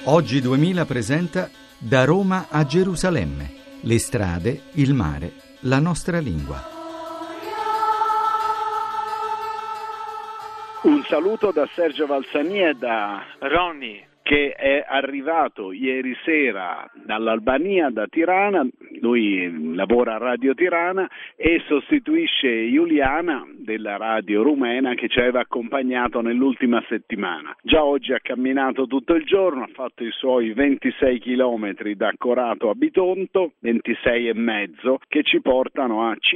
Oggi 2000 presenta Da Roma a Gerusalemme. Le strade, il mare, la nostra lingua. Un saluto da Sergio Valsani e da Ronny, che è arrivato ieri sera dall'Albania, da Tirana. Lui lavora a Radio Tirana e sostituisce Giuliana della radio rumena che ci aveva accompagnato nell'ultima settimana. Già oggi ha camminato tutto il giorno, ha fatto i suoi 26 chilometri da Corato a Bitonto, 26 e mezzo, che ci portano a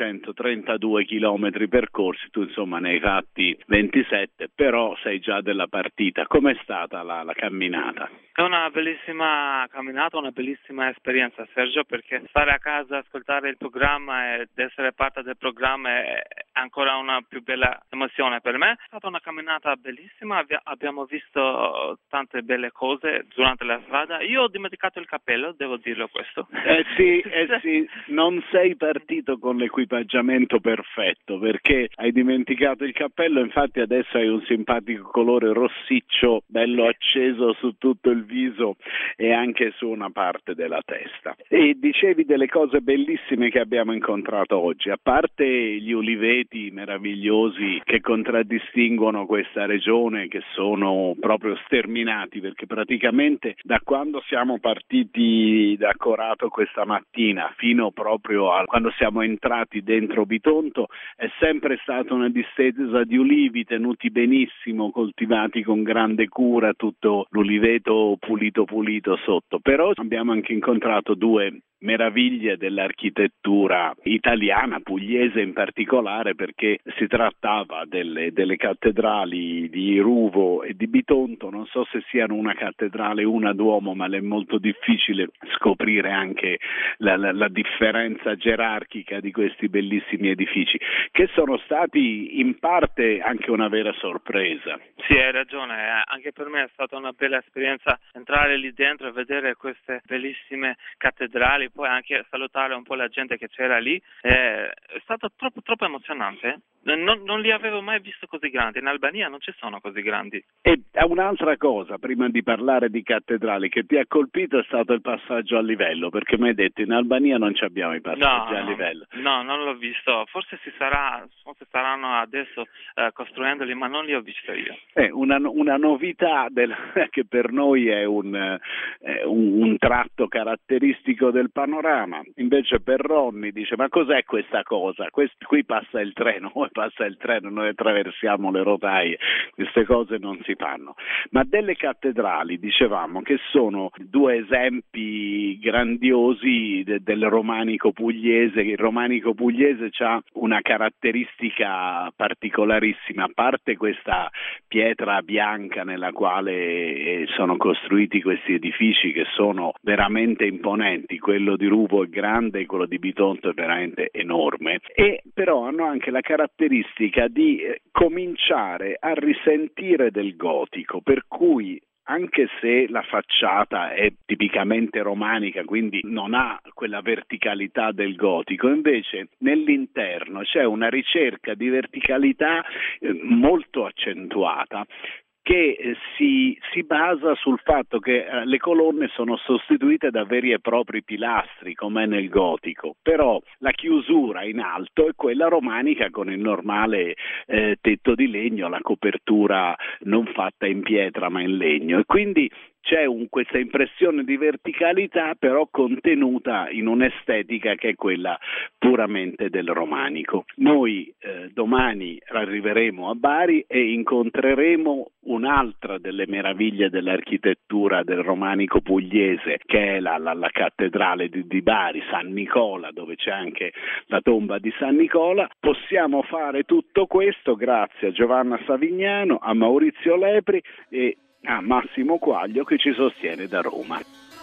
532 chilometri percorsi. Tu insomma ne hai fatti 27, però sei già della partita. Com'è stata la camminata? è una bellissima camminata, una bellissima esperienza, Sergio, perché stare a casa, ascoltare il programma ed essere parte del programma è ancora una più bella emozione per me. È stata una camminata bellissima, abbiamo visto tante belle cose durante la strada. Io ho dimenticato il cappello, devo dirlo questo. Sì, non sei partito con l'equipaggiamento perfetto perché hai dimenticato il cappello, infatti adesso hai un simpatico colore rossiccio, bello acceso su tutto il viso e anche su una parte della testa. E dicevi delle cose bellissime che abbiamo incontrato oggi, a parte gli uliveti meravigliosi che contraddistinguono questa regione, che sono proprio sterminati, perché praticamente da quando siamo partiti da Corato questa mattina fino proprio a quando siamo entrati dentro Bitonto è sempre stata una distesa di ulivi tenuti benissimo, coltivati con grande cura, tutto l'uliveto pulito sotto. Però abbiamo anche incontrato due meraviglie dell'architettura italiana, pugliese in particolare, perché si trattava delle cattedrali di Ruvo e di Bitonto. Non so se siano una cattedrale e una Duomo, ma è molto difficile scoprire anche la differenza gerarchica di questi bellissimi edifici, che sono stati in parte anche una vera sorpresa. Sì, hai ragione, anche per me è stata una bella esperienza entrare lì dentro e vedere queste bellissime cattedrali, poi anche salutare un po' la gente che c'era lì. È stato troppo emozionante. Non li avevo mai visto così grandi, in Albania non ci sono così grandi. E un'altra cosa, prima di parlare di cattedrali, che ti ha colpito è stato il passaggio a livello, perché mi hai detto in Albania non ci abbiamo i passaggi a livello. No, non l'ho visto, forse staranno adesso costruendoli, ma non li ho visti io. Una novità che per noi è un tratto caratteristico del panorama, invece per Ronny dice: ma cos'è questa cosa? Qui passa il treno, noi attraversiamo le rotaie, queste cose non si fanno. Ma delle cattedrali, dicevamo, che sono due esempi grandiosi del romanico pugliese. Il romanico pugliese ha una caratteristica particolarissima, a parte questa pietra bianca nella quale sono costruiti questi edifici che sono veramente imponenti. Quello di Ruvo è grande, quello di Bitonto è veramente enorme, e però hanno anche la caratteristica di cominciare a risentire del gotico, per cui anche se la facciata è tipicamente romanica, quindi non ha quella verticalità del gotico, invece nell'interno c'è una ricerca di verticalità molto accentuata, che si basa sul fatto che le colonne sono sostituite da veri e propri pilastri, come nel gotico, però la chiusura in alto è quella romanica con il normale tetto di legno, la copertura non fatta in pietra ma in legno, e quindi c'è questa impressione di verticalità però contenuta in un'estetica che è quella puramente del romanico. Noi domani arriveremo a Bari e incontreremo un'altra delle meraviglie dell'architettura del romanico pugliese, che è la cattedrale di Bari, San Nicola, dove c'è anche la tomba di San Nicola. Possiamo fare tutto questo grazie a Giovanna Savignano, a Maurizio Lepri e a Massimo Quaglio, che ci sostiene da Roma.